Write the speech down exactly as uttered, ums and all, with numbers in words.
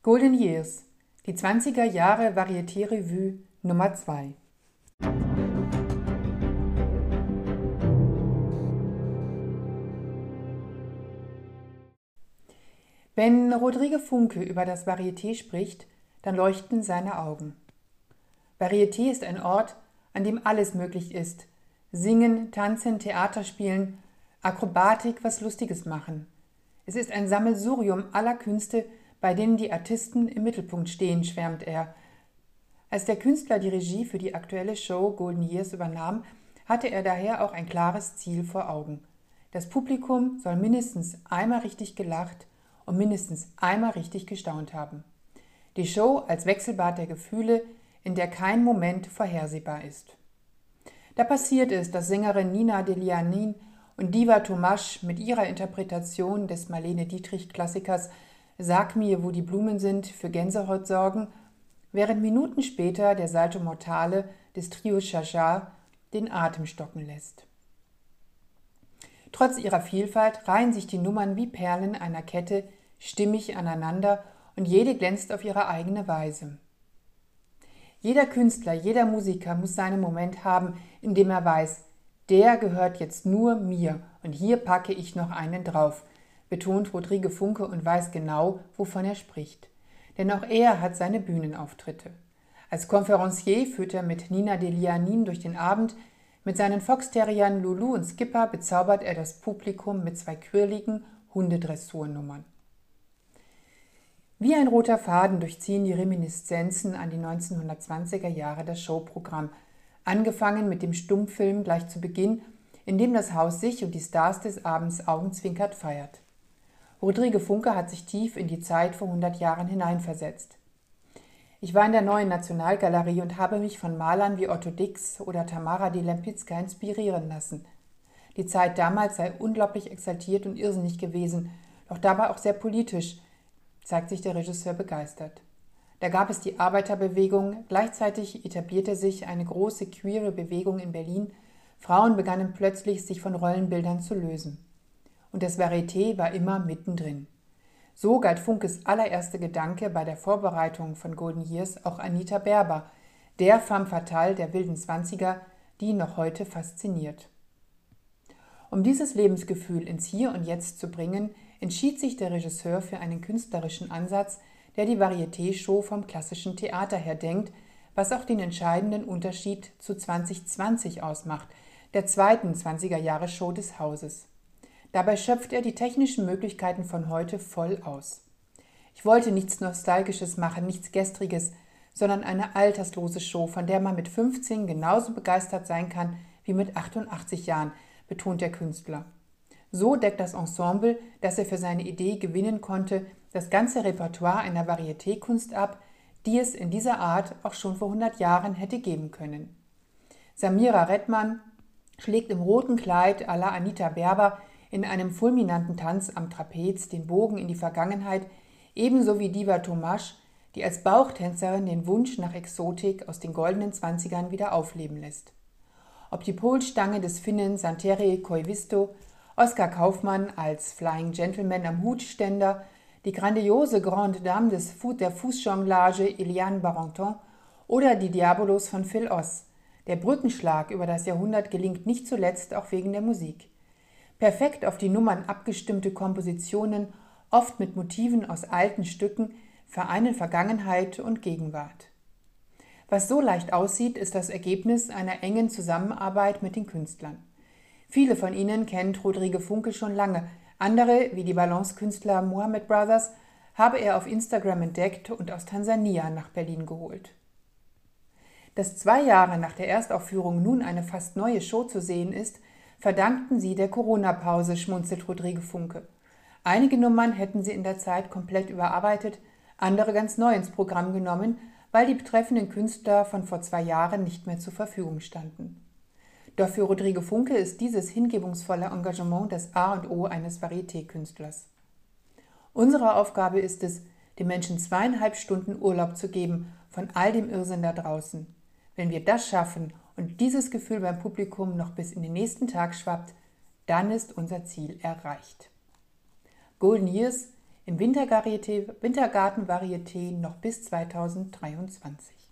Golden Years, die zwanziger Jahre Varieté-Revue Nummer zwei. Wenn Rodrigue Funke über das Varieté spricht, dann leuchten seine Augen. Varieté ist ein Ort, an dem alles möglich ist. Singen, tanzen, Theater spielen, Akrobatik, was Lustiges machen. Es ist ein Sammelsurium aller Künste, bei denen die Artisten im Mittelpunkt stehen, schwärmt er. Als der Künstler die Regie für die aktuelle Show Golden Years übernahm, hatte er daher auch ein klares Ziel vor Augen. Das Publikum soll mindestens einmal richtig gelacht und mindestens einmal richtig gestaunt haben. Die Show als Wechselbad der Gefühle, in der kein Moment vorhersehbar ist. Da passiert es, dass Sängerin Nina de Lianin und Diva Tomasz mit ihrer Interpretation des Marlene Dietrich-Klassikers Sag mir, wo die Blumen sind, für Gänsehaut sorgen, während Minuten später der Salto Mortale des Trio Chacha den Atem stocken lässt. Trotz ihrer Vielfalt reihen sich die Nummern wie Perlen einer Kette stimmig aneinander und jede glänzt auf ihre eigene Weise. Jeder Künstler, jeder Musiker muss seinen Moment haben, in dem er weiß, der gehört jetzt nur mir und hier packe ich noch einen drauf, betont Rodrigue Funke und weiß genau, wovon er spricht. Denn auch er hat seine Bühnenauftritte. Als Conferencier führt er mit Nina de Lianin durch den Abend, mit seinen Foxterriern Lulu und Skipper bezaubert er das Publikum mit zwei quirligen Hundedressurnummern. Wie ein roter Faden durchziehen die Reminiszenzen an die neunzehnhundertzwanziger Jahre das Showprogramm, angefangen mit dem Stummfilm gleich zu Beginn, in dem das Haus sich und die Stars des Abends augenzwinkert feiert. Rodrigue Funke hat sich tief in die Zeit vor hundert Jahren hineinversetzt. Ich war in der Neuen Nationalgalerie und habe mich von Malern wie Otto Dix oder Tamara de Lempicka inspirieren lassen. Die Zeit damals sei unglaublich exaltiert und irrsinnig gewesen, doch dabei auch sehr politisch, zeigt sich der Regisseur begeistert. Da gab es die Arbeiterbewegung, gleichzeitig etablierte sich eine große queere Bewegung in Berlin, Frauen begannen plötzlich, sich von Rollenbildern zu lösen. Und das Varieté war immer mittendrin. So galt Funkes allererster Gedanke bei der Vorbereitung von Golden Years auch Anita Berber, der femme fatale der wilden Zwanziger, die ihn noch heute fasziniert. Um dieses Lebensgefühl ins Hier und Jetzt zu bringen, entschied sich der Regisseur für einen künstlerischen Ansatz, der die Varieté-Show vom klassischen Theater her denkt, was auch den entscheidenden Unterschied zu zwanzig zwanzig ausmacht, der zweiten zwanziger-Jahre-Show des Hauses. Dabei schöpft er die technischen Möglichkeiten von heute voll aus. Ich wollte nichts Nostalgisches machen, nichts Gestriges, sondern eine alterslose Show, von der man mit fünfzehn genauso begeistert sein kann wie mit achtundachtzig Jahren, betont der Künstler. So deckt das Ensemble, das er für seine Idee gewinnen konnte, das ganze Repertoire einer Varieté-Kunst ab, die es in dieser Art auch schon vor hundert Jahren hätte geben können. Samira Redman schlägt im roten Kleid à la Anita Berber in einem fulminanten Tanz am Trapez den Bogen in die Vergangenheit, ebenso wie Diva Tomasz, die als Bauchtänzerin den Wunsch nach Exotik aus den goldenen Zwanzigern wieder aufleben lässt. Ob die Polstange des Finnen Santeri Koivisto, Oskar Kaufmann als Flying Gentleman am Hutständer, die grandiose Grande Dame des Fu- der Fußjonglage Eliane Barenton oder die Diabolos von Phil Oss. Der Brückenschlag über das Jahrhundert gelingt nicht zuletzt auch wegen der Musik. Perfekt auf die Nummern abgestimmte Kompositionen, oft mit Motiven aus alten Stücken, vereinen Vergangenheit und Gegenwart. Was so leicht aussieht, ist das Ergebnis einer engen Zusammenarbeit mit den Künstlern. Viele von ihnen kennt Rodrigue Funke schon lange, andere, wie die Balance-Künstler Mohammed Brothers, habe er auf Instagram entdeckt und aus Tansania nach Berlin geholt. Dass zwei Jahre nach der Erstaufführung nun eine fast neue Show zu sehen ist, verdankten sie der Corona-Pause, schmunzelt Rodrigue Funke. Einige Nummern hätten sie in der Zeit komplett überarbeitet, andere ganz neu ins Programm genommen, weil die betreffenden Künstler von vor zwei Jahren nicht mehr zur Verfügung standen. Doch für Rodrigue Funke ist dieses hingebungsvolle Engagement das A und O eines Varieté-Künstlers. Unsere Aufgabe ist es, den Menschen zweieinhalb Stunden Urlaub zu geben von all dem Irrsinn da draußen. Wenn wir das schaffen und dieses Gefühl beim Publikum noch bis in den nächsten Tag schwappt, dann ist unser Ziel erreicht. Golden Years, im Wintergarten-Varieté noch bis zweitausenddreiundzwanzig.